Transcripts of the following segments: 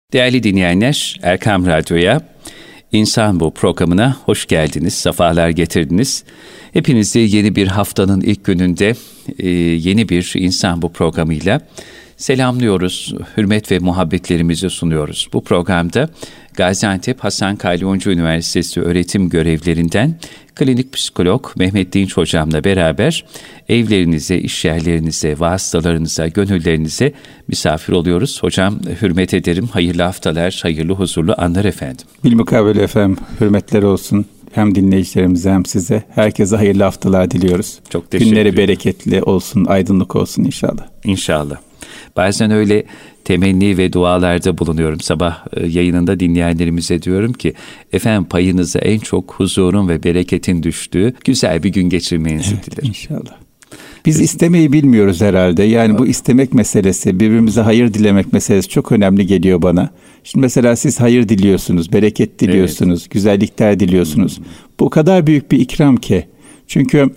Değerli dinleyenler, Erkam Radyo'ya, İnsan Bu programına hoş geldiniz, sefalar getirdiniz. Hepinizi yeni bir haftanın ilk gününde yeni bir İnsan Bu programıyla selamlıyoruz, hürmet ve muhabbetlerimizi sunuyoruz. Bu programda Gaziantep Hasan Kalyoncu Üniversitesi öğretim görevlerinden klinik psikolog Mehmet Dinç hocamla beraber evlerinize, işyerlerinize, vasıtalarınıza, gönüllerinize misafir oluyoruz. Hocam hürmet ederim, hayırlı haftalar, hayırlı huzurlu anlar efendim. Bilmukabele efendim, hürmetler olsun. Hem dinleyicilerimize hem size. Herkese hayırlı haftalar diliyoruz. Çok teşekkür ederim. Günleri bereketli olsun, aydınlık olsun inşallah. İnşallah. Bazen öyle temenni ve dualarda bulunuyorum. Sabah yayınında dinleyenlerimize diyorum ki, efendim payınıza en çok huzurun ve bereketin düştüğü güzel bir gün geçirmenizi dilerim. İnşallah. Biz istemeyi bilmiyoruz herhalde. Yani bu istemek meselesi, birbirimize hayır dilemek meselesi çok önemli geliyor bana. Şimdi mesela siz hayır diliyorsunuz, bereket diliyorsunuz, evet, güzellikler diliyorsunuz. Bu o kadar büyük bir ikram ki. Çünkü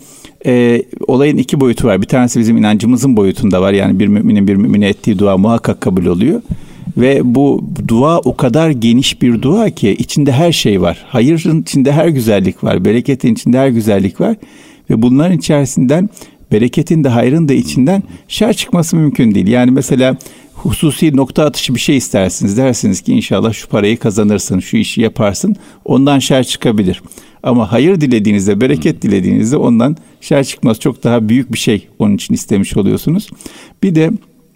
olayın iki boyutu var. Bir tanesi bizim inancımızın boyutunda var. Yani bir müminin bir mümine ettiği dua muhakkak kabul oluyor. Ve bu dua o kadar geniş bir dua ki içinde her şey var. Hayırın içinde her güzellik var. Bereketin içinde her güzellik var. Ve bunların içerisinden bereketin de hayrın da içinden şer çıkması mümkün değil. Yani mesela hususi nokta atışı bir şey istersiniz. Dersiniz ki inşallah şu parayı kazanırsın, şu işi yaparsın. Ondan şer çıkabilir. Ama hayır dilediğinizde, bereket dilediğinizde ondan şer çıkması çok daha büyük bir şey. Onun için istemiş oluyorsunuz. Bir de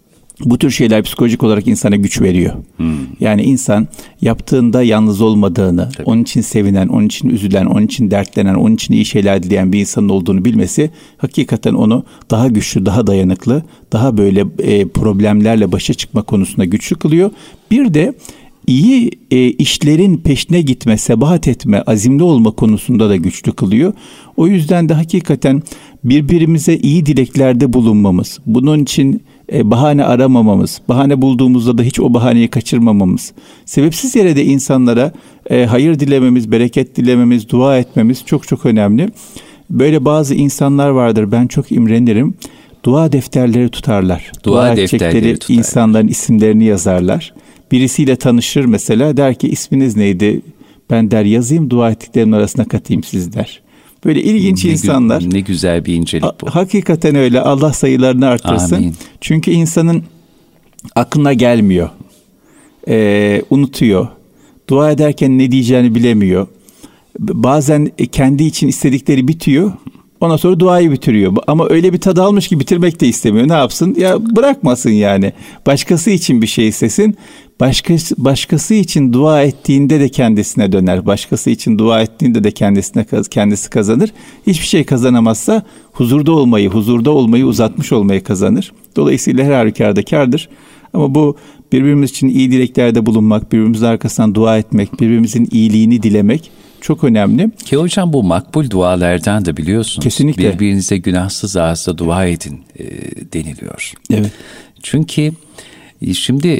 bu tür şeyler psikolojik olarak insana güç veriyor. Yani insan yaptığında yalnız olmadığını, tabii, onun için sevinen, onun için üzülen, onun için dertlenen, onun için iyi şeyler dileyen bir insanın olduğunu bilmesi hakikaten onu daha güçlü, daha dayanıklı, daha böyle problemlerle başa çıkma konusunda güçlü kılıyor. Bir de iyi işlerin peşine gitme, sebat etme, azimli olma konusunda da güçlü kılıyor. O yüzden de hakikaten birbirimize iyi dileklerde bulunmamız, bunun için bahane aramamamız, bahane bulduğumuzda da hiç o bahaneyi kaçırmamamız, sebepsiz yere de insanlara hayır dilememiz, bereket dilememiz, dua etmemiz çok çok önemli. Böyle bazı insanlar vardır, ben çok imrenirim. Dua defterleri tutarlar. Dua edecekleri insanların isimlerini yazarlar. Birisiyle tanışır mesela, der ki isminiz neydi? Ben der yazayım, dua ettiklerimin arasına katayım siz der. Böyle ilginç insanlar. Ne güzel bir incelik bu. Hakikaten öyle. Allah sayılarını artırsın. Amin. Çünkü insanın aklına gelmiyor. Unutuyor. Dua ederken ne diyeceğini bilemiyor. Bazen kendi için istedikleri bitiyor. Ondan sonra duayı bitiriyor. Ama öyle bir tadı almış ki bitirmek de istemiyor. Ne yapsın? Ya bırakmasın yani. Başkası için bir şey istesin. Başkası için dua ettiğinde de kendisine döner. Başkası için dua ettiğinde de kendisi kazanır. Hiçbir şey kazanamazsa huzurda olmayı uzatmış olmayı kazanır. Dolayısıyla her halükarda kârdır. Ama bu birbirimiz için iyi dileklerde bulunmak, birbirimizin arkasından dua etmek, birbirimizin iyiliğini dilemek çok önemli. Ki hocam bu makbul dualardan da biliyorsunuz. Kesinlikle. Birbirinize günahsız ağızla dua edin deniliyor. Evet. Çünkü şimdi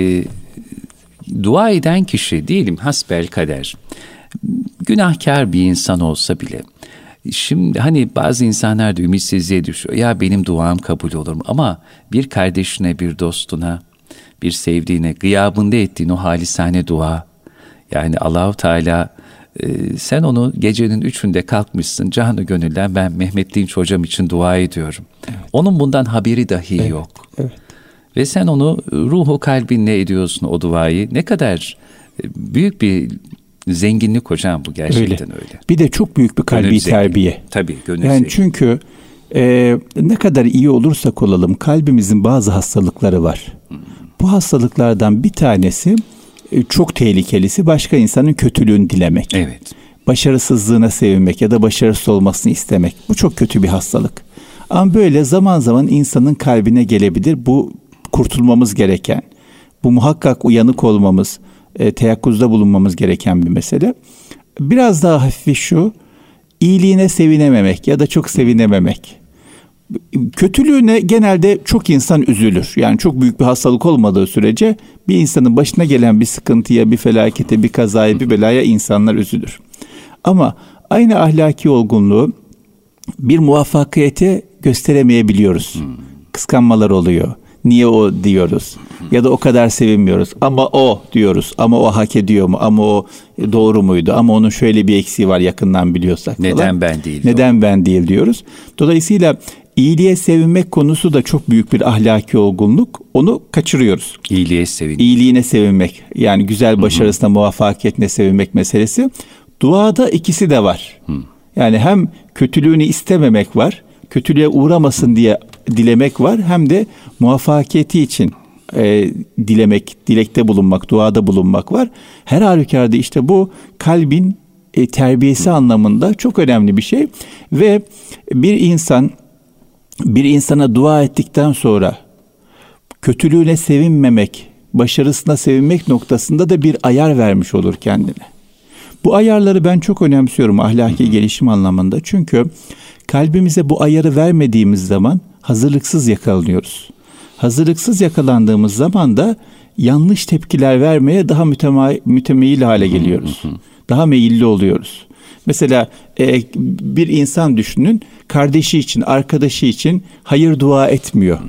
dua eden kişi diyelim hasbelkader günahkar bir insan olsa bile, şimdi hani bazı insanlar da ümitsizliğe düşüyor. Ya benim duam kabul olur mu? Ama bir kardeşine, bir dostuna, bir sevdiğine, gıyabında ettiğin o halisane dua, yani Allah-u Teala sen onu gecenin 3'ünde kalkmışsın canı gönülden, ben Mehmet Dinç hocam için dua ediyorum. Evet. Onun bundan haberi dahi yok. Evet. Ve sen onu ruhu kalbinle ediyorsun o duayı. Ne kadar büyük bir zenginlik hocam bu, gerçekten öyle. Bir de çok büyük bir kalbi terbiye. Tabii, gönül yani zengin. Çünkü ne kadar iyi olursak olalım kalbimizin bazı hastalıkları var. Bu hastalıklardan bir tanesi, çok tehlikelisi, başka insanın kötülüğünü dilemek. Evet. Başarısızlığına sevinmek ya da başarısız olmasını istemek. Bu çok kötü bir hastalık. Ama böyle zaman zaman insanın kalbine gelebilir. Bu kurtulmamız gereken, bu muhakkak uyanık olmamız, teyakkuzda bulunmamız gereken bir mesele. Biraz daha hafifi şu, iyiliğine sevinememek ya da çok sevinememek. Kötülüğüne genelde çok insan üzülür. Yani çok büyük bir hastalık olmadığı sürece bir insanın başına gelen bir sıkıntıya, bir felakete, bir kazaya, bir belaya insanlar üzülür. Ama aynı ahlaki olgunluğu bir muvaffakiyete gösteremeyebiliyoruz. Kıskanmalar oluyor. niye o diyoruz? Ya da o kadar sevinmiyoruz. Ama o diyoruz. Ama o hak ediyor mu? Ama o doğru muydu? Ama onun şöyle bir eksiği var yakından biliyorsak falan. Neden ben değil? Neden ben değil diyoruz. Dolayısıyla iyiliğe sevinmek konusu da çok büyük bir ahlaki olgunluk. Onu kaçırıyoruz. İyiliğe sevinmek. İyiliğine sevinmek. Yani güzel başarısına, muvaffakiyetine sevinmek meselesi. Duada ikisi de var. Yani hem kötülüğünü istememek var. Kötülüğe uğramasın diye dilemek var. Hem de muvaffakiyeti için dilekte bulunmak, duada bulunmak var. Her halükarda işte bu kalbin terbiyesi anlamında çok önemli bir şey. Ve bir insana dua ettikten sonra kötülüğüne sevinmemek, başarısına sevinmek noktasında da bir ayar vermiş olur kendine. Bu ayarları ben çok önemsiyorum ahlaki gelişim anlamında. Çünkü kalbimize bu ayarı vermediğimiz zaman hazırlıksız yakalanıyoruz. Hazırlıksız yakalandığımız zaman da yanlış tepkiler vermeye daha mütemeyil hale geliyoruz. Daha meyilli oluyoruz. Mesela bir insan düşünün, kardeşi için, arkadaşı için hayır dua etmiyor.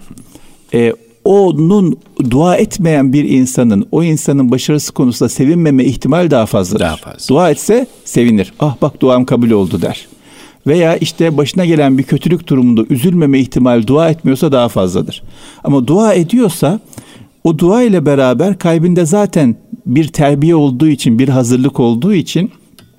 Onun dua etmeyen bir insanın, o insanın başarısı konusunda sevinmeme ihtimal daha fazladır. Daha fazla. Dua etse sevinir. Ah bak duam kabul oldu der. Veya işte başına gelen bir kötülük durumunda üzülmeme ihtimal dua etmiyorsa daha fazladır. Ama dua ediyorsa o dua ile beraber kalbinde zaten bir terbiye olduğu için, bir hazırlık olduğu için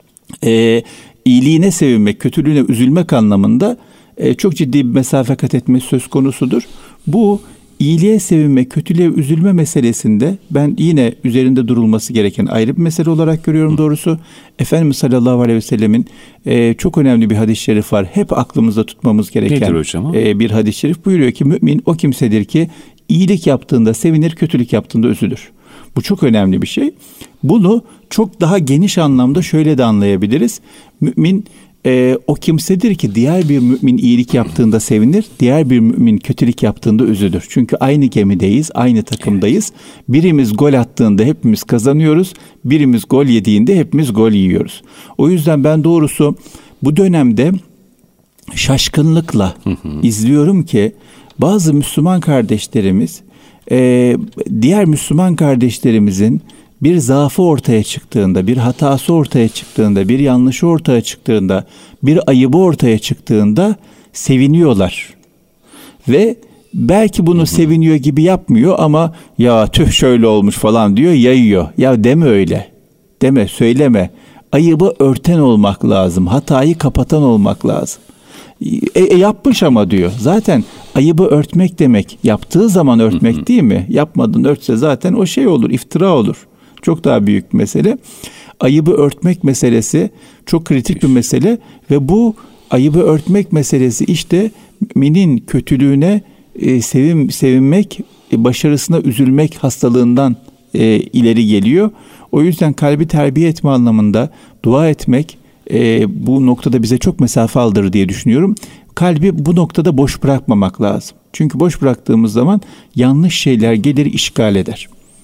iyiliğine sevinmek, kötülüğüne üzülmek anlamında çok ciddi bir mesafe kat etmesi söz konusudur. Bu iyiliğe sevinme, kötülüğe üzülme meselesinde ben yine üzerinde durulması gereken ayrı bir mesele olarak görüyorum doğrusu. Efendimiz sallallahu aleyhi ve sellemin çok önemli bir hadis-i şerif var. Hep aklımızda tutmamız gereken bir hadis-i şerif. Buyuruyor ki mümin o kimsedir ki iyilik yaptığında sevinir, kötülük yaptığında üzülür. Bu çok önemli bir şey. Bunu çok daha geniş anlamda şöyle de anlayabiliriz. Mümin o kimsedir ki diğer bir mümin iyilik yaptığında sevinir, diğer bir mümin kötülük yaptığında üzülür. Çünkü aynı gemideyiz, aynı takımdayız. Birimiz gol attığında hepimiz kazanıyoruz, birimiz gol yediğinde hepimiz gol yiyoruz. O yüzden ben doğrusu bu dönemde şaşkınlıkla izliyorum ki bazı Müslüman kardeşlerimiz diğer Müslüman kardeşlerimizin bir zaafı ortaya çıktığında, bir hatası ortaya çıktığında, bir yanlışı ortaya çıktığında, bir ayıbı ortaya çıktığında seviniyorlar. Ve belki bunu seviniyor gibi yapmıyor ama ya tüh şöyle olmuş falan diyor, yayıyor. Ya deme öyle. Deme, söyleme. Ayıbı örten olmak lazım. Hatayı kapatan olmak lazım. Yapmış ama diyor. Zaten ayıbı örtmek demek, yaptığı zaman örtmek değil mi? Yapmadan örtse zaten o şey olur, iftira olur. Çok daha büyük bir mesele. Ayıbı örtmek meselesi çok kritik bir mesele ve bu ayıbı örtmek meselesi işte müminin kötülüğüne sevinmek, başarısına üzülmek hastalığından ileri geliyor. O yüzden kalbi terbiye etme anlamında dua etmek bu noktada bize çok mesafe aldırır diye düşünüyorum. Kalbi bu noktada boş bırakmamak lazım. Çünkü boş bıraktığımız zaman yanlış şeyler gelir, işgal eder.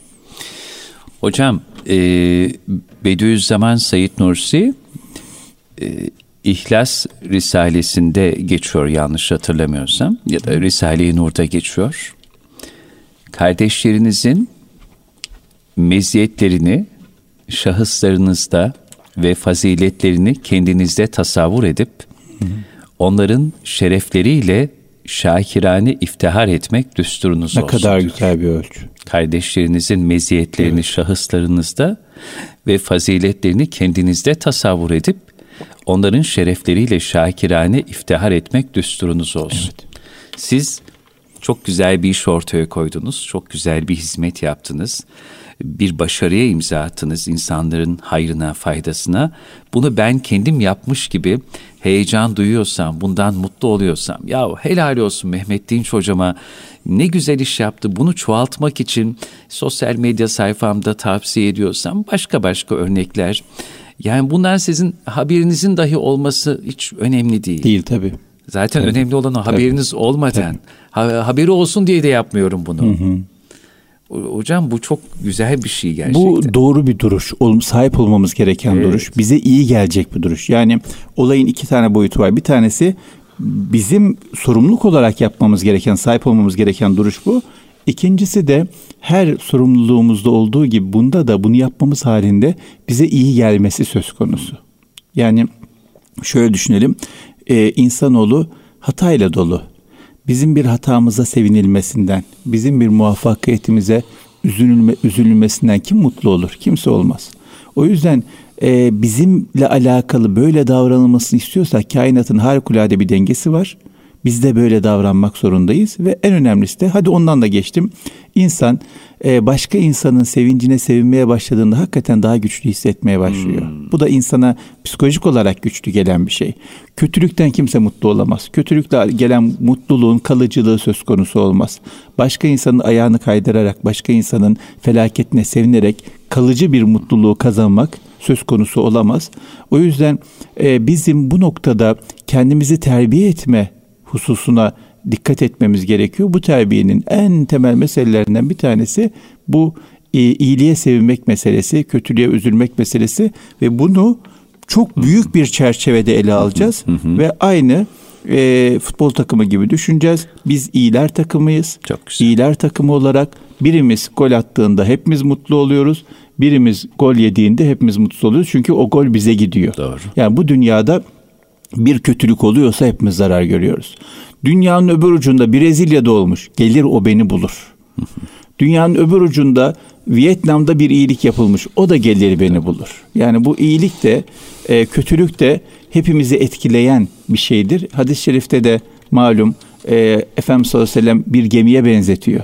Hocam, Bediüzzaman Said Nursi İhlas Risalesinde geçiyor yanlış hatırlamıyorsam ya da Risale-i Nur'da geçiyor. Kardeşlerinizin meziyetlerini şahıslarınızda ve faziletlerini kendinizde tasavvur edip onların şerefleriyle şakirane iftihar etmek düsturunuz olsun. Ne kadar güzel bir ölçü. Kardeşlerinizin meziyetlerini şahıslarınızda ve faziletlerini kendinizde tasavvur edip onların şerefleriyle şakirane iftihar etmek düsturunuz olsun. Evet. Siz çok güzel bir iş ortaya koydunuz, çok güzel bir hizmet yaptınız, bir başarıya imza attınız insanların hayrına, faydasına. Bunu ben kendim yapmış gibi heyecan duyuyorsam, bundan mutlu oluyorsam, ya helal olsun Mehmet Dinç hocama, ne güzel iş yaptı, bunu çoğaltmak için sosyal medya sayfamda tavsiye ediyorsam, başka örnekler. Yani bunlar sizin haberinizin dahi olması hiç önemli değil. Değil tabii. Zaten tabii. Önemli olan o haberiniz olmadan, haberi olsun diye de yapmıyorum bunu. Hı. Hocam bu çok güzel bir şey gerçekten. Bu doğru bir duruş. Sahip olmamız gereken duruş. Bize iyi gelecek bir duruş. Yani olayın iki tane boyutu var. Bir tanesi bizim sorumluluk olarak yapmamız gereken, sahip olmamız gereken duruş bu. İkincisi de her sorumluluğumuzda olduğu gibi bunda da bunu yapmamız halinde bize iyi gelmesi söz konusu. Yani şöyle düşünelim, insanoğlu hatayla dolu. Bizim bir hatamıza sevinilmesinden, bizim bir muvaffakiyetimize üzülmesinden kim mutlu olur? Kimse olmaz. O yüzden bizimle alakalı böyle davranılmasını istiyorsak kainatın harikulade bir dengesi var. Biz de böyle davranmak zorundayız ve en önemlisi de, hadi ondan da geçtim. İnsan başka insanın sevincine sevinmeye başladığında hakikaten daha güçlü hissetmeye başlıyor. Bu da insana psikolojik olarak güçlü gelen bir şey. Kötülükten kimse mutlu olamaz. Kötülükle gelen mutluluğun kalıcılığı söz konusu olmaz. Başka insanın ayağını kaydırarak, başka insanın felaketine sevinerek kalıcı bir mutluluğu kazanmak söz konusu olamaz. O yüzden bizim bu noktada kendimizi terbiye etme hususuna dikkat etmemiz gerekiyor. Bu terbiyenin en temel meselelerinden bir tanesi bu iyiliğe sevinmek meselesi, kötülüğe üzülmek meselesi ve bunu çok büyük bir çerçevede ele alacağız ve aynı futbol takımı gibi düşüneceğiz. Biz iyiler takımıyız. Çok güzel. İyiler takımı olarak birimiz gol attığında hepimiz mutlu oluyoruz. Birimiz gol yediğinde hepimiz mutsuz oluyoruz. Çünkü o gol bize gidiyor. Doğru. Yani bu dünyada bir kötülük oluyorsa hepimiz zarar görüyoruz. Dünyanın öbür ucunda Brezilya'da olmuş. Gelir o beni bulur. Dünyanın öbür ucunda Vietnam'da bir iyilik yapılmış. O da gelir beni bulur. Yani bu iyilik de kötülük de hepimizi etkileyen bir şeydir. Hadis-i şerifte de malum Efendimiz sallallahu aleyhi ve sellem bir gemiye benzetiyor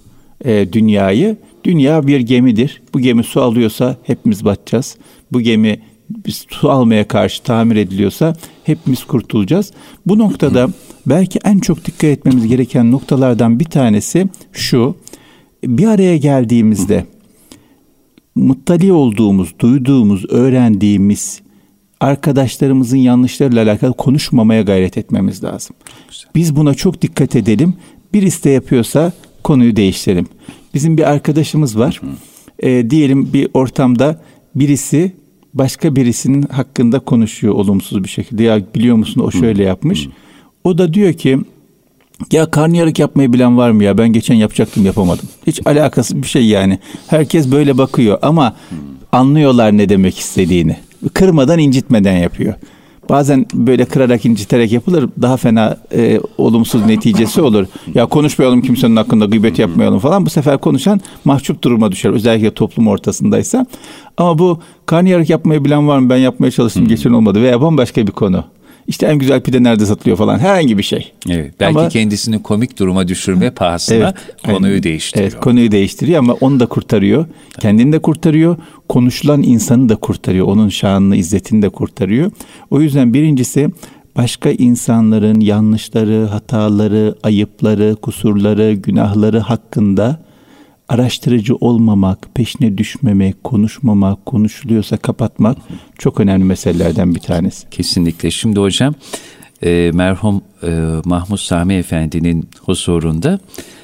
dünyayı. Dünya bir gemidir. Bu gemi su alıyorsa hepimiz batacağız. Bu gemi su almaya karşı tamir ediliyorsa hepimiz kurtulacağız. Bu noktada belki en çok dikkat etmemiz gereken noktalardan bir tanesi şu: bir araya geldiğimizde muttali olduğumuz, duyduğumuz, öğrendiğimiz arkadaşlarımızın yanlışlarıyla alakalı konuşmamaya gayret etmemiz lazım. Biz buna çok dikkat edelim. Birisi de yapıyorsa konuyu değiştirelim. Bizim bir arkadaşımız var. Diyelim bir ortamda birisi başka birisinin hakkında konuşuyor olumsuz bir şekilde. Ya biliyor musun o şöyle yapmış. O da diyor ki ya karnıyarık yapmayı bilen var mı ya? Ben geçen yapacaktım yapamadım. Hiç alakasız bir şey yani. Herkes böyle bakıyor ama anlıyorlar ne demek istediğini. Kırmadan incitmeden yapıyor. Bazen böyle kırarak inciterek yapılır. Daha fena olumsuz neticesi olur. Ya konuşmayalım kimsenin hakkında, gıybet yapmayalım falan. Bu sefer konuşan mahcup duruma düşer. Özellikle toplum ortasındaysa. Ama bu karnıyarık yapmayı bilen var mı? Ben yapmaya çalıştım geçen olmadı. Veya bambaşka bir konu. İşte en güzel pide nerede satılıyor falan. Herhangi bir şey. Evet, belki ama kendisini komik duruma düşürme pahasına konuyu değiştiriyor. Evet, konuyu değiştiriyor ama onu da kurtarıyor. Kendini de kurtarıyor. Konuşulan insanı da kurtarıyor. Onun şanını, izzetini de kurtarıyor. O yüzden birincisi başka insanların yanlışları, hataları, ayıpları, kusurları, günahları hakkında araştırıcı olmamak, peşine düşmemek, konuşmamak, konuşuluyorsa kapatmak çok önemli meselelerden bir tanesi. Kesinlikle. Şimdi hocam merhum Mahmud Sami Efendi'nin huzurunda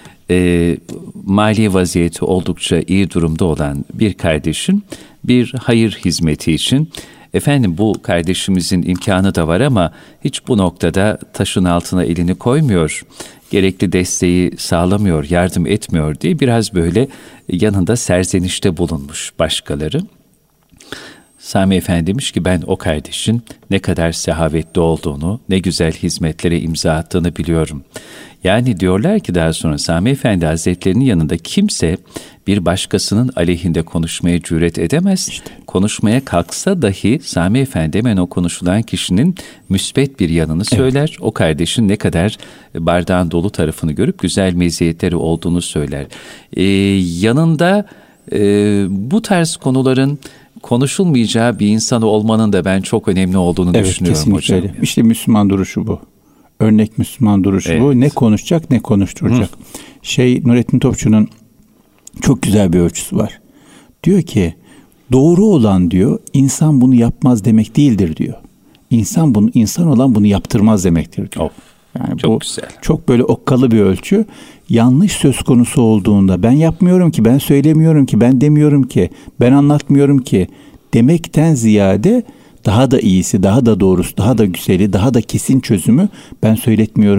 mali vaziyeti oldukça iyi durumda olan bir kardeşin bir hayır hizmeti için, efendim bu kardeşimizin imkanı da var ama hiç bu noktada taşın altına elini koymuyor, gerekli desteği sağlamıyor, yardım etmiyor diye biraz böyle yanında serzenişte bulunmuş başkaları. Sami Efendi demiş ki ben o kardeşin ne kadar sehavetli olduğunu, ne güzel hizmetlere imza attığını biliyorum. Yani diyorlar ki daha sonra Sami Efendi Hazretleri'nin yanında kimse bir başkasının aleyhinde konuşmaya cüret edemez. İşte. Konuşmaya kalksa dahi Sami Efendi hemen o konuşulan kişinin müsbet bir yanını söyler. Evet. O kardeşin ne kadar bardağın dolu tarafını görüp güzel meziyetleri olduğunu söyler. Yanında bu tarz konuların konuşulmayacağı bir insan olmanın da ben çok önemli olduğunu düşünüyorum hocam. Öyle. İşte Müslüman duruşu bu. Örnek Müslüman duruşu bu. Ne konuşacak, ne konuşturacak. Nurettin Topçu'nun çok güzel bir ölçüsü var. Diyor ki doğru olan diyor insan bunu yapmaz demek değildir diyor. İnsan olan bunu yaptırmaz demektir diyor. Yani çok bu güzel. Çok böyle okkalı bir ölçü. Yanlış söz konusu olduğunda ben yapmıyorum ki, ben söylemiyorum ki, ben demiyorum ki, ben anlatmıyorum ki demekten ziyade daha da iyisi, daha da doğrusu, daha da güzeli, daha da kesin çözümü ben söyletmiyorum ki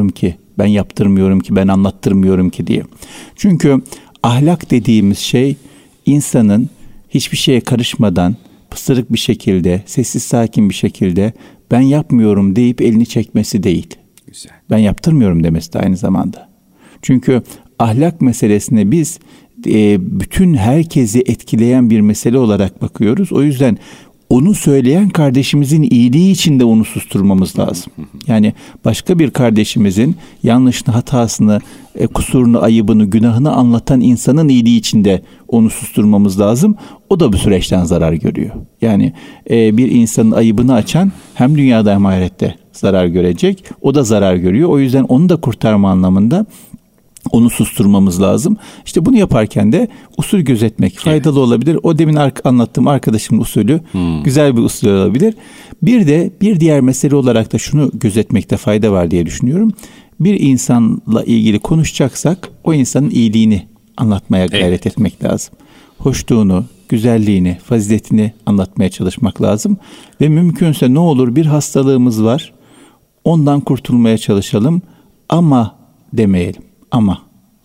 Ben yaptırmıyorum ki, ben anlattırmıyorum ki diye. Çünkü ahlak dediğimiz şey insanın hiçbir şeye karışmadan pısırık bir şekilde, sessiz sakin bir şekilde ben yapmıyorum deyip elini çekmesi değil. Güzel. Ben yaptırmıyorum demesi de aynı zamanda. Çünkü ahlak meselesine biz bütün herkesi etkileyen bir mesele olarak bakıyoruz. O yüzden onu söyleyen kardeşimizin iyiliği için de onu susturmamız lazım. Yani başka bir kardeşimizin yanlışını, hatasını, kusurunu, ayıbını, günahını anlatan insanın iyiliği için de onu susturmamız lazım. O da bu süreçten zarar görüyor. Yani bir insanın ayıbını açan hem dünyada hem ahirette zarar görecek. O da zarar görüyor. O yüzden onu da kurtarma anlamında onu susturmamız lazım. İşte bunu yaparken de usul gözetmek faydalı olabilir. O demin anlattığım arkadaşımın usulü güzel bir usul olabilir. Bir diğer mesele olarak da şunu gözetmekte fayda var diye düşünüyorum. Bir insanla ilgili konuşacaksak o insanın iyiliğini anlatmaya gayret etmek lazım. Hoşluğunu, güzelliğini, faziletini anlatmaya çalışmak lazım. Ve mümkünse ne olur bir hastalığımız var, ondan kurtulmaya çalışalım demeyelim. Ama.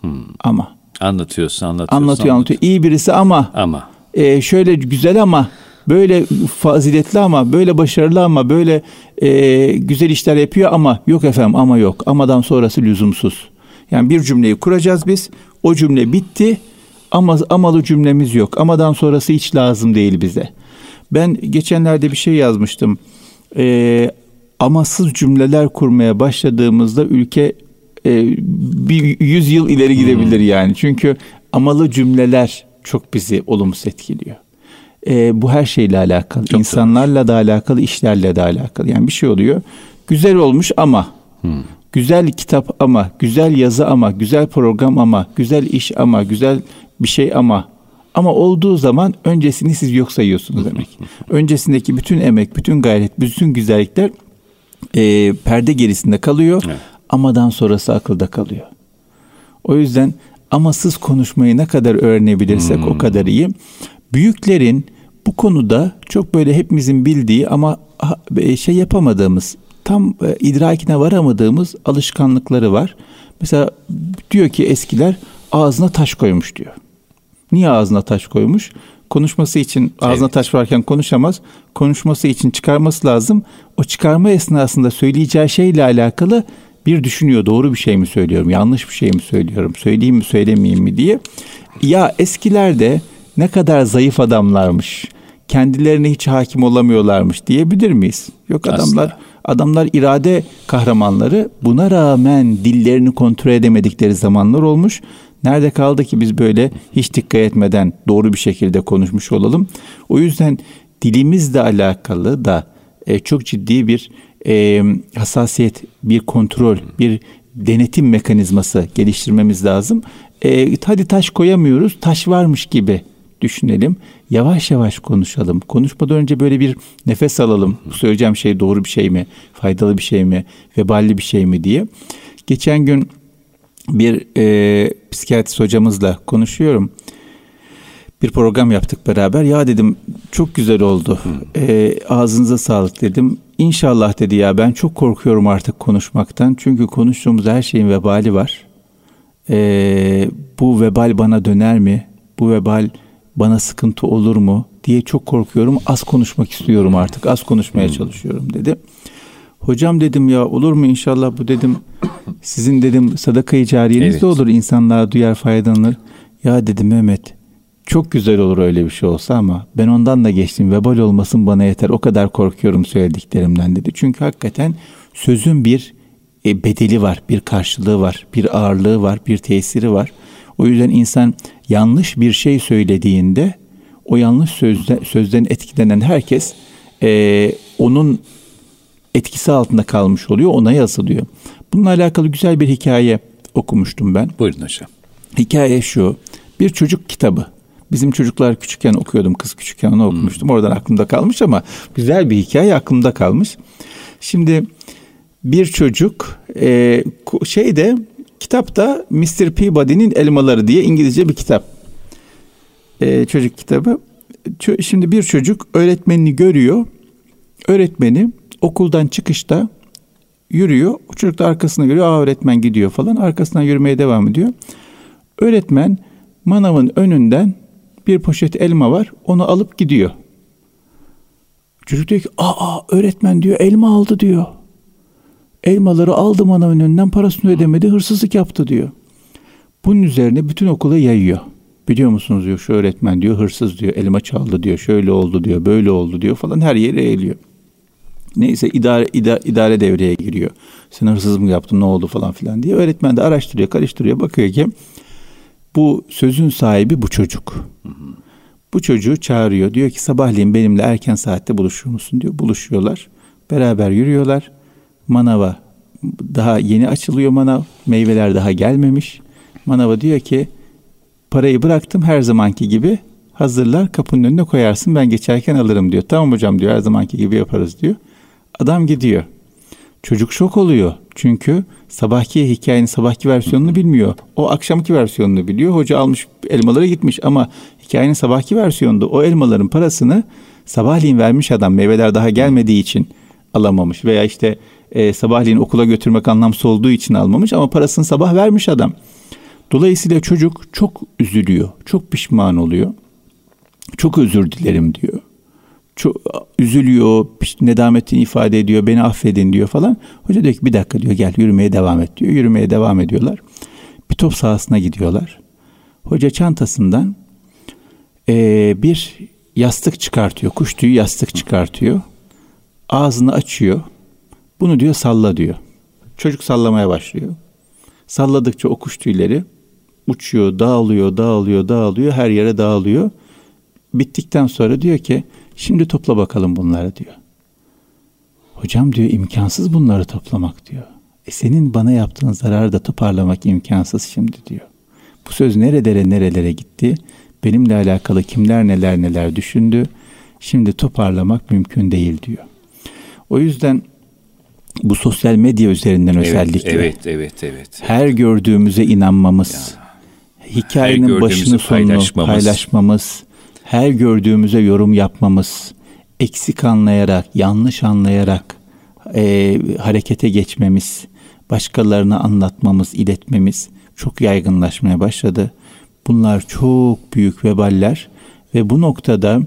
Anlatıyor. İyi birisi ama. Şöyle güzel ama, böyle faziletli ama, böyle başarılı ama, böyle güzel işler yapıyor ama, yok efendim ama yok. Amadan sonrası lüzumsuz. Yani bir cümleyi kuracağız biz. O cümle bitti. Amalı cümlemiz yok. Amadan sonrası hiç lazım değil bize. Ben geçenlerde bir şey yazmıştım. Amasız cümleler kurmaya başladığımızda ülke bir 100 yıl ileri gidebilir yani. Çünkü amalı cümleler çok bizi olumsuz etkiliyor. Bu her şeyle alakalı. Çok İnsanlarla da alakalı, işlerle de alakalı. Yani bir şey oluyor. Güzel olmuş ama, güzel kitap ama, güzel yazı ama, güzel program ama, güzel iş ama, güzel bir şey ama olduğu zaman öncesini siz yok sayıyorsunuz demek. Öncesindeki bütün emek, bütün gayret, bütün güzellikler perde gerisinde kalıyor. Evet. Amadan sonrası akılda kalıyor. O yüzden amasız konuşmayı ne kadar öğrenebilirsek o kadar iyi. Büyüklerin bu konuda çok böyle hepimizin bildiği ama yapamadığımız, tam idrakine varamadığımız alışkanlıkları var. Mesela diyor ki eskiler ağzına taş koymuş diyor. Niye ağzına taş koymuş? Konuşması için ağzına taş varken konuşamaz. Konuşması için çıkarması lazım. O çıkarma esnasında söyleyeceği şeyle alakalı bir düşünüyor. Doğru bir şey mi söylüyorum? Yanlış bir şey mi söylüyorum? Söyleyeyim mi söylemeyeyim mi diye. Ya eskilerde ne kadar zayıf adamlarmış. Kendilerine hiç hakim olamıyorlarmış diyebilir miyiz? Yok, adamlar irade kahramanları. Buna rağmen dillerini kontrol edemedikleri zamanlar olmuş. Nerede kaldı ki biz böyle hiç dikkat etmeden doğru bir şekilde konuşmuş olalım? O yüzden dilimizle alakalı da çok ciddi bir hassasiyet, bir kontrol, bir denetim mekanizması geliştirmemiz lazım. Hadi taş koyamıyoruz, taş varmış gibi düşünelim. Yavaş yavaş konuşalım. Konuşmadan önce böyle bir nefes alalım. Bu söyleyeceğim şey doğru bir şey mi? Faydalı bir şey mi? Veballi bir şey mi diye. Geçen gün bir psikiyatrist hocamızla konuşuyorum. Bir program yaptık beraber. Ya dedim çok güzel oldu. Ağzınıza sağlık dedim. İnşallah dedi ya, ben çok korkuyorum artık konuşmaktan. Çünkü konuştuğumuz her şeyin vebali var. Bu vebal bana döner mi? Bu vebal bana sıkıntı olur mu diye çok korkuyorum. Az konuşmak istiyorum artık. Az konuşmaya çalışıyorum dedi. Hocam dedim ya, olur mu inşallah bu dedim. Sizin dedim sadaka-i cariyeniz de olur. İnsanlar duyar, faydalanır. Ya dedim Mehmet, çok güzel olur öyle bir şey olsa ama ben ondan da geçtim. Vebal olmasın bana yeter. O kadar korkuyorum söylediklerimden dedi. Çünkü hakikaten sözün bir bedeli var, bir karşılığı var, bir ağırlığı var, bir tesiri var. O yüzden insan yanlış bir şey söylediğinde o yanlış sözden etkilenen herkes onun etkisi altında kalmış oluyor, ona yazılıyor. Bununla alakalı güzel bir hikaye okumuştum ben. Buyurun hocam. Hikaye şu: bir çocuk kitabı. Bizim çocuklar küçükken okuyordum, kız küçükken onu okumuştum. Oradan aklımda kalmış ama güzel bir hikaye aklımda kalmış. Şimdi bir çocuk kitapta Mr. Peabody'nin Elmaları diye İngilizce bir kitap. Çocuk kitabı. Şimdi bir çocuk öğretmenini görüyor. Öğretmeni okuldan çıkışta Yürüyor. O çocuk da arkasına görüyor. Öğretmen gidiyor falan. Arkasından yürümeye devam ediyor. Öğretmen manavın önünden bir poşet elma var. Onu alıp gidiyor. Çocuk diyor ki öğretmen diyor elma aldı diyor. Elmaları aldı manavın önünden, parasını ödemedi, hırsızlık yaptı diyor. Bunun üzerine bütün okula yayıyor. Biliyor musunuz diyor, şu öğretmen diyor hırsız diyor, elma çaldı diyor, şöyle oldu diyor, böyle oldu diyor falan, her yere yayılıyor. Neyse idare devreye giriyor. Sen hırsız mı yaptın, ne oldu falan filan diye. Öğretmen de araştırıyor, karıştırıyor, bakıyor ki bu sözün sahibi bu çocuk. Bu çocuğu çağırıyor. Diyor ki sabahleyin benimle erken saatte buluşur musun diyor. Buluşuyorlar. Beraber yürüyorlar. Manava daha yeni açılıyor manav. Meyveler daha gelmemiş. Manava diyor ki parayı bıraktım, her zamanki gibi hazırlar, kapının önüne koyarsın, ben geçerken alırım diyor. Tamam hocam diyor, her zamanki gibi yaparız diyor. Adam gidiyor. Çocuk şok oluyor. Çünkü hikayenin sabahki versiyonunu bilmiyor. O akşamki versiyonunu biliyor. Hoca almış elmaları gitmiş ama hikayenin sabahki versiyonunda o elmaların parasını sabahleyin vermiş adam. Meyveler daha gelmediği için alamamış veya işte sabahleyin okula götürmek anlamsız olduğu için almamış ama parasını sabah vermiş adam. Dolayısıyla çocuk çok üzülüyor. Çok pişman oluyor. Çok özür dilerim diyor. Çok üzülüyor, nedametini ifade ediyor, beni affedin diyor falan. Hoca diyor ki bir dakika diyor, gel yürümeye devam et diyor. Yürümeye devam ediyorlar. Bir top sahasına gidiyorlar. Hoca çantasından bir yastık çıkartıyor. Kuş tüyü yastık çıkartıyor. Ağzını açıyor. Bunu diyor salla diyor. Çocuk sallamaya başlıyor. Salladıkça o kuş tüyleri uçuyor, dağılıyor, her yere dağılıyor. Bittikten sonra diyor ki şimdi topla bakalım bunları diyor. Hocam diyor imkansız bunları toplamak diyor. Senin bana yaptığın zararı da toparlamak imkansız şimdi diyor. Bu söz nerelere gitti? Benimle alakalı kimler neler düşündü? Şimdi toparlamak mümkün değil diyor. O yüzden bu sosyal medya üzerinden özellikle evet. Her gördüğümüze inanmamız, hikayenin başını sonunu paylaşmamız, her gördüğümüze yorum yapmamız, eksik anlayarak, yanlış anlayarak harekete geçmemiz, başkalarına anlatmamız, iletmemiz çok yaygınlaşmaya başladı. Bunlar çok büyük veballer ve bu noktada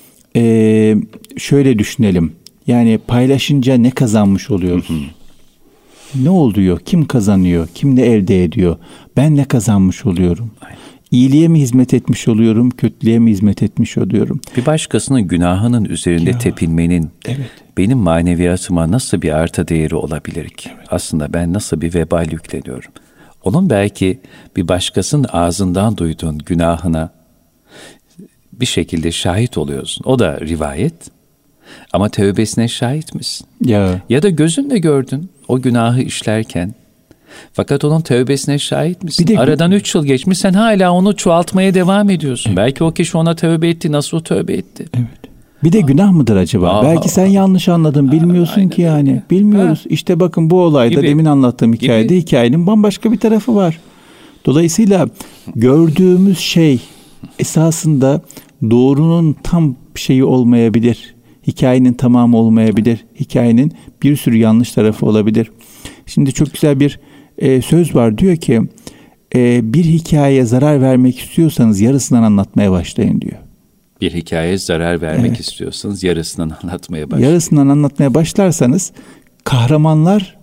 şöyle düşünelim. Yani paylaşınca ne kazanmış oluyoruz? Ne oluyor? Kim kazanıyor? Kim ne elde ediyor? Ben ne kazanmış oluyorum? İyiliğe mi hizmet etmiş oluyorum? Kötülüğe mi hizmet etmiş oluyorum? Bir başkasının günahının üzerinde tepinmenin benim maneviyatıma nasıl bir artı değeri olabilir ki? Aslında ben nasıl bir vebal yükleniyorum? Onun belki bir başkasının ağzından duyduğun günahına bir şekilde şahit oluyorsun. O da rivayet. Ama tövbesine şahit misin? Ya da gözünle gördün o günahı işlerken. Fakat onun tövbesine şahit misin? Aradan 3 yıl geçmiş, sen hala onu çoğaltmaya devam ediyorsun. Evet. Belki o kişi ona tövbe etti. Nasıl tövbe etti? Evet. Bir de günah mıdır acaba? Belki sen yanlış anladın. Bilmiyorsun ki yani. Bilmiyoruz. İşte bakın bu olayda demin anlattığım hikayede hikayenin bambaşka bir tarafı var. Dolayısıyla gördüğümüz şey esasında doğrunun tam şeyi olmayabilir. Hikayenin tamamı olmayabilir. Hikayenin bir sürü yanlış tarafı olabilir. Şimdi çok güzel bir söz var. Diyor ki bir hikayeye zarar vermek istiyorsanız yarısından anlatmaya başlayın diyor. Bir hikayeye zarar vermek istiyorsanız yarısından anlatmaya başlayın. Yarısından anlatmaya başlarsanız kahramanlar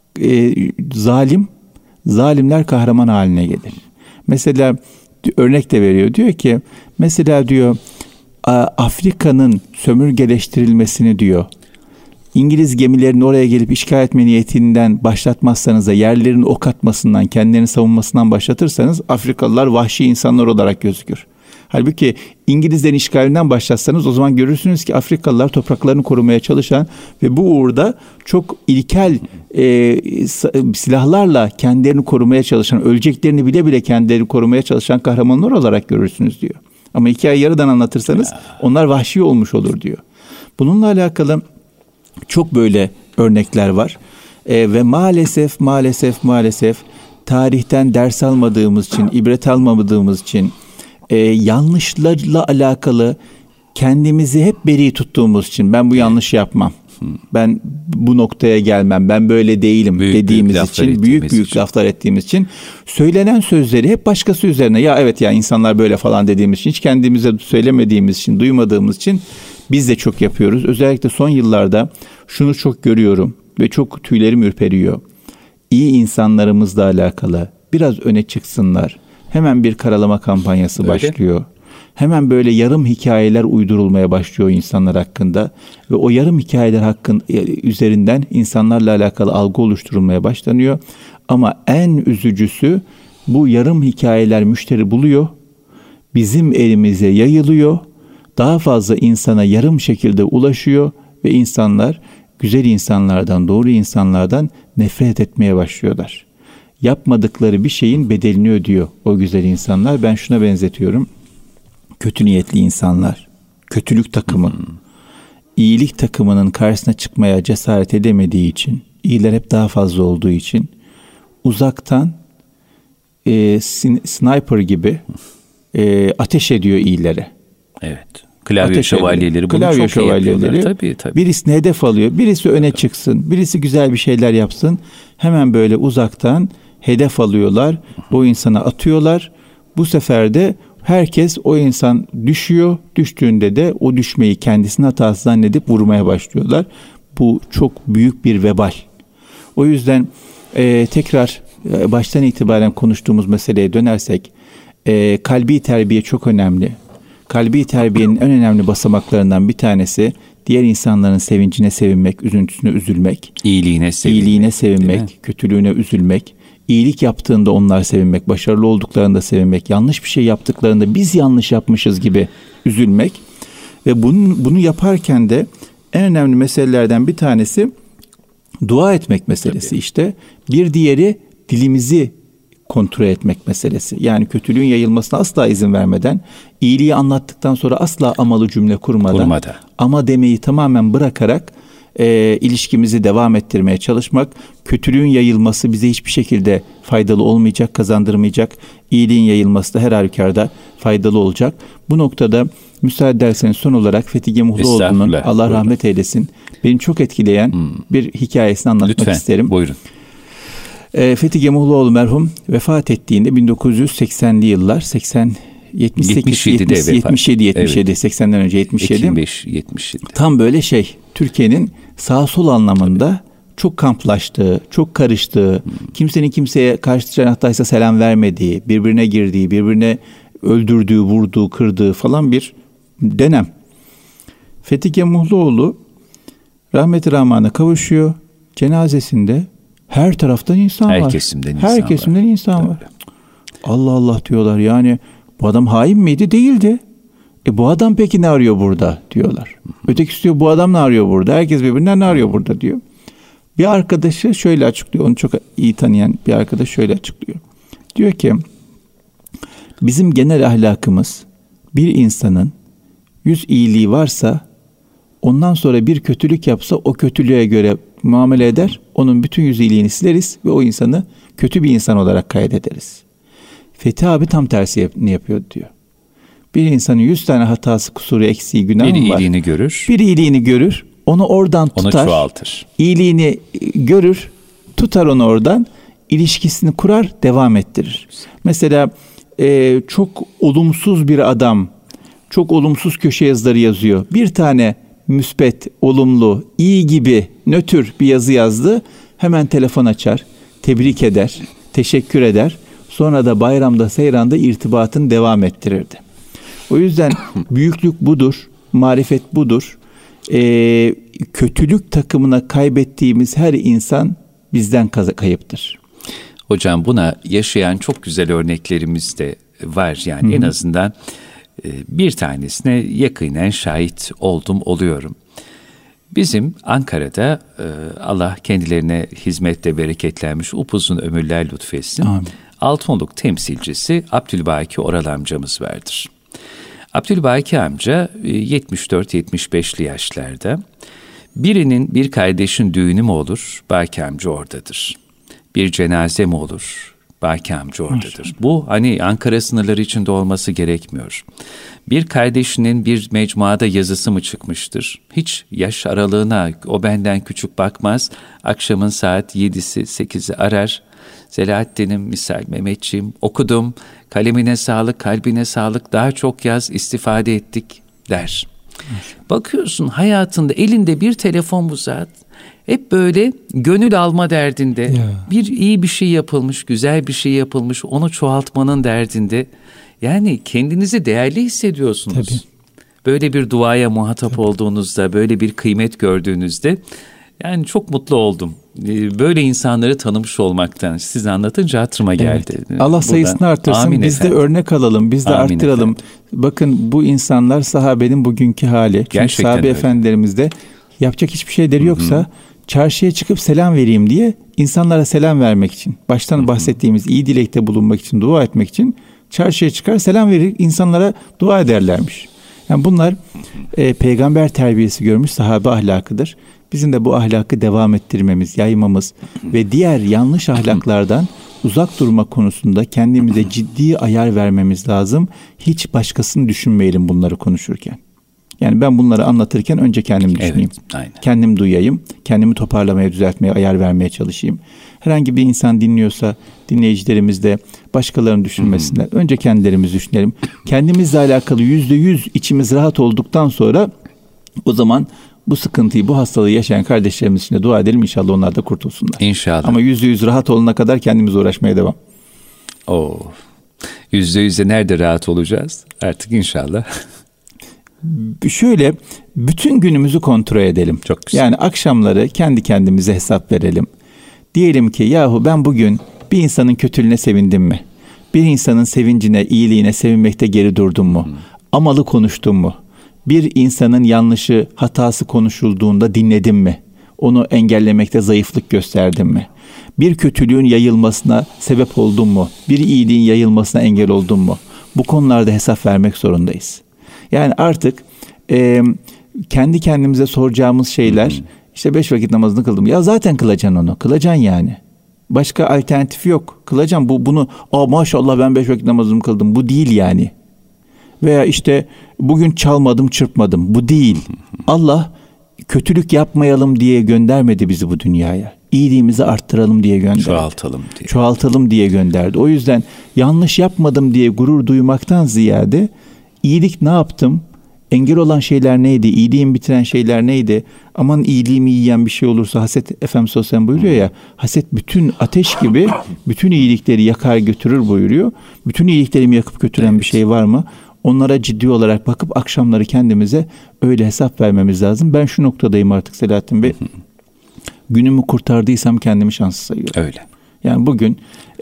zalimler kahraman haline gelir. Mesela örnek de veriyor. Diyor ki mesela diyor Afrika'nın sömürgeleştirilmesini diyor İngiliz gemilerinin oraya gelip işgal etme niyetinden başlatmazsanız da yerlerin ok atmasından, kendilerini savunmasından başlatırsanız Afrikalılar vahşi insanlar olarak gözükür. Halbuki İngilizlerin işgalinden başlatsanız o zaman görürsünüz ki Afrikalılar topraklarını korumaya çalışan ve bu uğurda çok ilkel silahlarla kendilerini korumaya çalışan, öleceklerini bile kendilerini korumaya çalışan kahramanlar olarak görürsünüz diyor. Ama hikayeyi yarıdan anlatırsanız onlar vahşi olmuş olur diyor. Bununla alakalı çok böyle örnekler var ve maalesef tarihten ders almadığımız için, ibret almadığımız için yanlışlarla alakalı kendimizi hep beri tuttuğumuz için ben bu yanlışı yapmam. Ben bu noktaya gelmem, ben böyle değilim dediğimiz için, büyük laflar ettiğimiz için söylenen sözleri hep başkası üzerine, ya evet ya insanlar böyle falan dediğimiz için, hiç kendimize söylemediğimiz için, duymadığımız için biz de çok yapıyoruz. Özellikle son yıllarda şunu çok görüyorum ve çok tüylerim ürperiyor. İyi insanlarımızla alakalı biraz öne çıksınlar. Hemen bir karalama kampanyası başlıyor. Hemen böyle yarım hikayeler uydurulmaya başlıyor insanlar hakkında ve o yarım hikayeler üzerinden insanlarla alakalı algı oluşturulmaya başlanıyor. Ama en üzücüsü, bu yarım hikayeler müşteri buluyor, bizim elimize yayılıyor, daha fazla insana yarım şekilde ulaşıyor ve insanlar güzel insanlardan, doğru insanlardan nefret etmeye başlıyorlar. Yapmadıkları bir şeyin bedelini ödüyor o güzel insanlar. Ben şuna benzetiyorum. Kötü niyetli insanlar, kötülük takımı, iyilik takımının karşısına çıkmaya cesaret edemediği için, iyiler hep daha fazla olduğu için uzaktan sniper gibi ateş ediyor iyilere. Evet. Klavye şövalyeleri bunu çok iyi yapıyorlar. Tabii. Birisini hedef alıyor, birisi öne çıksın, birisi güzel bir şeyler yapsın. Hemen böyle uzaktan hedef alıyorlar, o insana atıyorlar. Bu sefer de herkes, o insan düşüyor. Düştüğünde de o düşmeyi kendisinin hatası zannedip vurmaya başlıyorlar. Bu çok büyük bir vebal. O yüzden tekrar baştan itibaren konuştuğumuz meseleye dönersek, kalbi terbiye çok önemli. Kalbi terbiyenin en önemli basamaklarından bir tanesi, diğer insanların sevincine sevinmek, üzüntüsüne üzülmek. İyiliğine sevinmek, kötülüğüne üzülmek. İyilik yaptığında onlar sevinmek, başarılı olduklarında sevinmek, yanlış bir şey yaptıklarında biz yanlış yapmışız gibi üzülmek. Ve bunu yaparken de en önemli meselelerden bir tanesi dua etmek meselesi. Tabii. İşte bir diğeri dilimizi kontrol etmek meselesi. Yani kötülüğün yayılmasına asla izin vermeden, iyiliği anlattıktan sonra asla amalı cümle kurmadan. Ama demeyi tamamen bırakarak ilişkimizi devam ettirmeye çalışmak. Kötülüğün yayılması bize hiçbir şekilde faydalı olmayacak, kazandırmayacak. İyiliğin yayılması da her halükarda faydalı olacak. Bu noktada müsaade ederseniz son olarak Fethi Gemuhluoğlu'nun, Allah rahmet eylesin, beni çok etkileyen bir hikayesini anlatmak isterim. Buyurun. Fethi Gemuhluoğlu merhum vefat ettiğinde 1980'li yıllar, 77 80'den önce 77. Tam böyle Türkiye'nin sağ sol anlamında çok kamplaştığı, çok karıştığı, kimsenin kimseye karşı cenahtaşsa selam vermediği, birbirine girdiği, birbirine öldürdüğü, vurduğu, kırdığı falan bir dönem. Fethi Gemuhluoğlu rahmet-i rahmana kavuşuyor. Cenazesinde her taraftan insan var. Her kesimden insan var. Allah Allah diyorlar, yani bu adam hain miydi? Değildi. Bu adam peki ne arıyor burada diyorlar. Ötekisi diyor, bu adam ne arıyor burada? Herkes birbirinden ne arıyor burada diyor. Bir arkadaşı şöyle açıklıyor. Onu çok iyi tanıyan bir arkadaş şöyle açıklıyor. Diyor ki, bizim genel ahlakımız, bir insanın 100 iyiliği varsa, ondan sonra bir kötülük yapsa o kötülüğe göre muamele eder. Onun bütün 100 iyiliğini sileriz ve o insanı kötü bir insan olarak kaydederiz. Fethi abi tam tersini yapıyor diyor. Bir insanın 100 tane hatası, kusuru, eksiği, günahı var. Bir iyiliğini görür. Onu oradan tutar. Onu çoğaltır. İyiliğini görür. Tutar onu oradan. İlişkisini kurar, devam ettirir. Mesela çok olumsuz bir adam, çok olumsuz köşe yazıları yazıyor. Bir tane müspet, olumlu, iyi gibi, nötr bir yazı yazdı. Hemen telefon açar, tebrik eder, teşekkür eder. Sonra da bayramda, seyranda irtibatını devam ettirirdi. O yüzden büyüklük budur, marifet budur. Kötülük takımına kaybettiğimiz her insan bizden kayıptır. Hocam buna yaşayan çok güzel örneklerimiz de var. Yani en azından bir tanesine yakinen şahit oluyorum. Bizim Ankara'da Allah kendilerine hizmette bereketlenmiş upuzun ömürler lütfetsin. Amin. Altınoluk temsilcisi Abdülbaki Oral amcamız vardır. Abdülbaki amca 74-75'li yaşlarda. Bir kardeşin düğünü mü olur, Baki amca oradadır. Bir cenaze mi olur, Baki amca oradadır. Bu hani Ankara sınırları içinde olması gerekmiyor. Bir kardeşinin bir mecmuada yazısı mı çıkmıştır? Hiç yaş aralığına o benden küçük bakmaz. Akşamın saat 7'si 8'i arar. Selahattin'im, misal Mehmetçiğim okudum. Kalemine sağlık, kalbine sağlık, daha çok yaz, istifade ettik der. Bakıyorsun hayatında elinde bir telefon bu saat. Hep böyle gönül alma derdinde. Ya. Bir iyi bir şey yapılmış, güzel bir şey yapılmış, onu çoğaltmanın derdinde. Yani kendinizi değerli hissediyorsunuz. Tabii. Böyle bir duaya muhatap olduğunuzda, böyle bir kıymet gördüğünüzde yani çok mutlu oldum. Böyle insanları tanımış olmaktan siz anlatınca hatırıma geldi. Evet. Allah sayısını artırsın. Amin biz efendim. De örnek alalım, biz de amin arttıralım. Efendim. Bakın bu insanlar sahabenin bugünkü hali. Çünkü sahabe efendilerimiz de yapacak hiçbir şeyleri yoksa çarşıya çıkıp selam vereyim diye insanlara selam vermek için, baştan bahsettiğimiz iyi dilekte bulunmak için, dua etmek için çarşıya çıkar selam verir, insanlara dua ederlermiş. Yani bunlar peygamber terbiyesi görmüş sahabe ahlakıdır. Bizim de bu ahlakı devam ettirmemiz, yaymamız ve diğer yanlış ahlaklardan uzak durma konusunda kendimize ciddi ayar vermemiz lazım. Hiç başkasını düşünmeyelim bunları konuşurken. Yani ben bunları anlatırken önce kendimi düşüneyim. Evet, kendim duyayım, kendimi toparlamaya, düzeltmeye, ayar vermeye çalışayım. Herhangi bir insan dinliyorsa dinleyicilerimiz de başkalarını düşünmesinler. Önce kendilerimizi düşünelim. Kendimizle alakalı %100 içimiz rahat olduktan sonra o zaman bu sıkıntıyı, bu hastalığı yaşayan kardeşlerimiz için de dua edelim. İnşallah onlar da kurtulsunlar. İnşallah. Ama %100 rahat olana kadar kendimiz uğraşmaya devam. %100'de nerede rahat olacağız? Artık inşallah. Şöyle bütün günümüzü kontrol edelim. Çok güzel. Yani akşamları kendi kendimize hesap verelim. Diyelim ki yahu ben bugün bir insanın kötülüğüne sevindim mi? Bir insanın sevincine, iyiliğine sevinmekte geri durdum mu? Amalı konuştum mu? Bir insanın yanlışı, hatası konuşulduğunda dinledim mi? Onu engellemekte zayıflık gösterdim mi? Bir kötülüğün yayılmasına sebep oldum mu? Bir iyiliğin yayılmasına engel oldum mu? Bu konularda hesap vermek zorundayız. Yani artık kendi kendimize soracağımız şeyler, işte 5 vakit namazını kıldım. Ya zaten kılacaksın onu, kılacaksın yani. Başka alternatifi yok. Kılacaksın bunu, maşallah ben 5 vakit namazımı kıldım. Bu değil yani. Veya işte bugün çalmadım, çırpmadım. Bu değil. Allah kötülük yapmayalım diye göndermedi bizi bu dünyaya. İyiliğimizi arttıralım diye gönderdi. Çoğaltalım diye gönderdi. O yüzden yanlış yapmadım diye gurur duymaktan ziyade iyilik ne yaptım? Engel olan şeyler neydi? İyiliğimi bitiren şeyler neydi? Aman iyiliğimi yiyen bir şey olursa haset, Efendimiz Sosyal buyuruyor ya, haset bütün ateş gibi bütün iyilikleri yakar götürür buyuruyor. Bütün iyiliklerimi yakıp götüren bir şey var mı? Onlara ciddi olarak bakıp akşamları kendimize öyle hesap vermemiz lazım. Ben şu noktadayım artık Selahattin Bey. Günümü kurtardıysam kendimi şanslı sayıyorum. Öyle. Yani bugün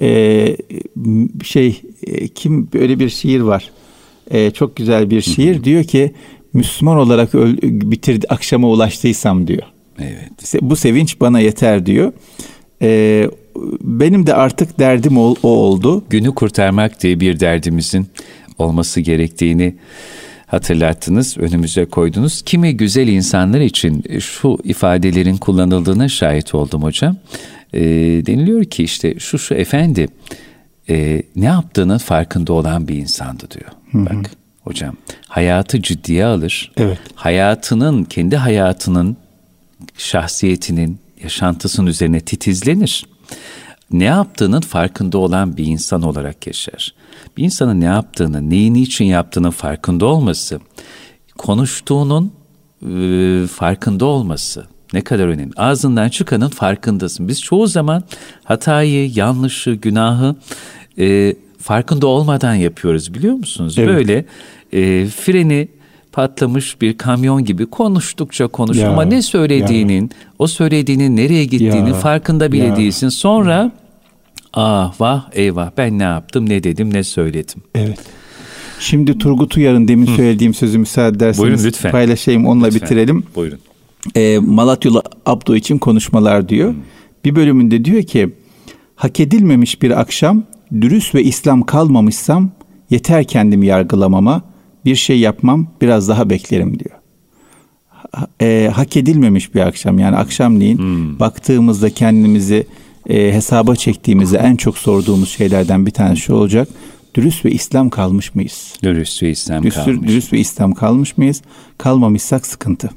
kim böyle bir şiir var. Çok güzel bir şiir. Diyor ki Müslüman olarak bitirdi, akşama ulaştıysam diyor. Evet. Bu sevinç bana yeter diyor. Benim de artık derdim o oldu. Günü kurtarmak diye bir derdimizin olması gerektiğini hatırlattınız, önümüze koydunuz. Kimi güzel insanlar için şu ifadelerin kullanıldığına şahit oldum hocam. Deniliyor ki işte şu efendi ne yaptığının farkında olan bir insandı diyor. Bak hocam, hayatı ciddiye alır. Evet. Kendi hayatının, şahsiyetinin, yaşantısının üzerine titizlenir. Ne yaptığının farkında olan bir insan olarak yaşar. Bir insanın ne yaptığını, neyi niçin yaptığının farkında olması, konuştuğunun farkında olması ne kadar önemli. Ağzından çıkanın farkındasın. Biz çoğu zaman hatayı, yanlışı, günahı farkında olmadan yapıyoruz, biliyor musunuz? Evet. Böyle freni patlamış bir kamyon gibi konuştukça ama ne söylediğinin, o söylediğinin nereye gittiğinin farkında bile değilsin. Sonra vah eyvah, ben ne yaptım, ne dedim, ne söyledim. Evet. Şimdi Turgut Uyar'ın demin söylediğim sözü müsaade ederseniz buyurun, lütfen paylaşayım, onunla bitirelim. Buyurun. Malatyalı Abdo için konuşmalar diyor. Bir bölümünde diyor ki, hak edilmemiş bir akşam, dürüst ve İslam kalmamışsam yeter kendimi yargılamama, bir şey yapmam, biraz daha beklerim diyor. Hak edilmemiş bir akşam, yani akşamleyin baktığımızda kendimizi hesaba çektiğimizde en çok sorduğumuz şeylerden bir tanesi şu olacak. Dürüst ve İslam kalmış mıyız? Dürüst ve İslam kalmış mıyız? Kalmamışsak sıkıntı.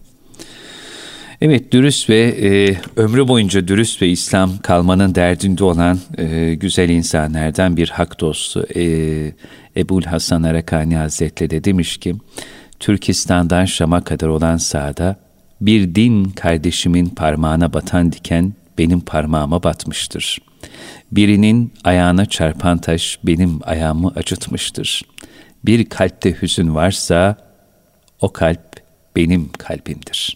Evet, dürüst ve ömrü boyunca dürüst ve İslam kalmanın derdinde olan güzel insanlardan bir hak dostu Ebul Hasan Arakani Hazretleri de demiş ki, Türkistan'dan Şam'a kadar olan sahada bir din kardeşimin parmağına batan diken benim parmağıma batmıştır. Birinin ayağına çarpan taş benim ayağımı acıtmıştır. Bir kalpte hüzün varsa o kalp benim kalbimdir.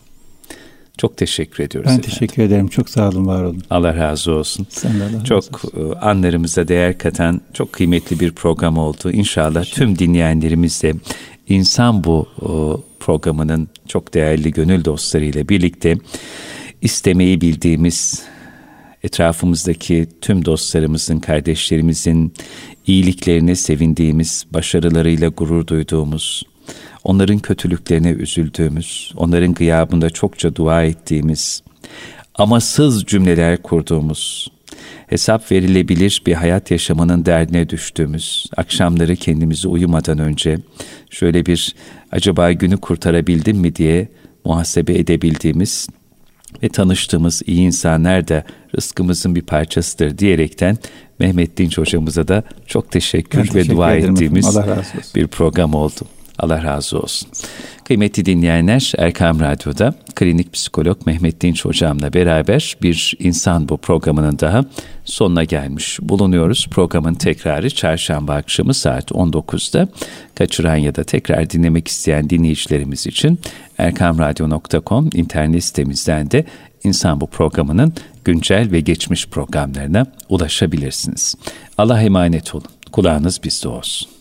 Çok teşekkür ediyoruz. Ben teşekkür ederim. Çok sağ olun, var olun. Allah razı olsun. Sen de Allah razı çok olsun. Anlarımıza değer katan çok kıymetli bir program oldu. İnşallah tüm dinleyenlerimiz de İnsan Bu programının çok değerli gönül dostlarıyla birlikte istemeyi bildiğimiz, etrafımızdaki tüm dostlarımızın, kardeşlerimizin iyiliklerine sevindiğimiz, başarılarıyla gurur duyduğumuz, onların kötülüklerine üzüldüğümüz, onların gıyabında çokça dua ettiğimiz, amasız cümleler kurduğumuz, hesap verilebilir bir hayat yaşamanın derdine düştüğümüz, akşamları kendimizi uyumadan önce şöyle bir acaba günü kurtarabildim mi diye muhasebe edebildiğimiz ve tanıştığımız iyi insanlar da rızkımızın bir parçasıdır diyerekten Mehmet Dinç hocamıza da çok teşekkür ve dua ettiğimiz bir program oldu. Allah razı olsun. Kıymetli dinleyenler, Erkam Radyo'da klinik psikolog Mehmet Dinç hocamla beraber bir İnsan Bu programının daha sonuna gelmiş bulunuyoruz. Programın tekrarı çarşamba akşamı saat 19'da. Kaçıran ya da tekrar dinlemek isteyen dinleyicilerimiz için erkamradyo.com internet sitemizden de İnsan Bu programının güncel ve geçmiş programlarına ulaşabilirsiniz. Allah'a emanet olun. Kulağınız bizde olsun.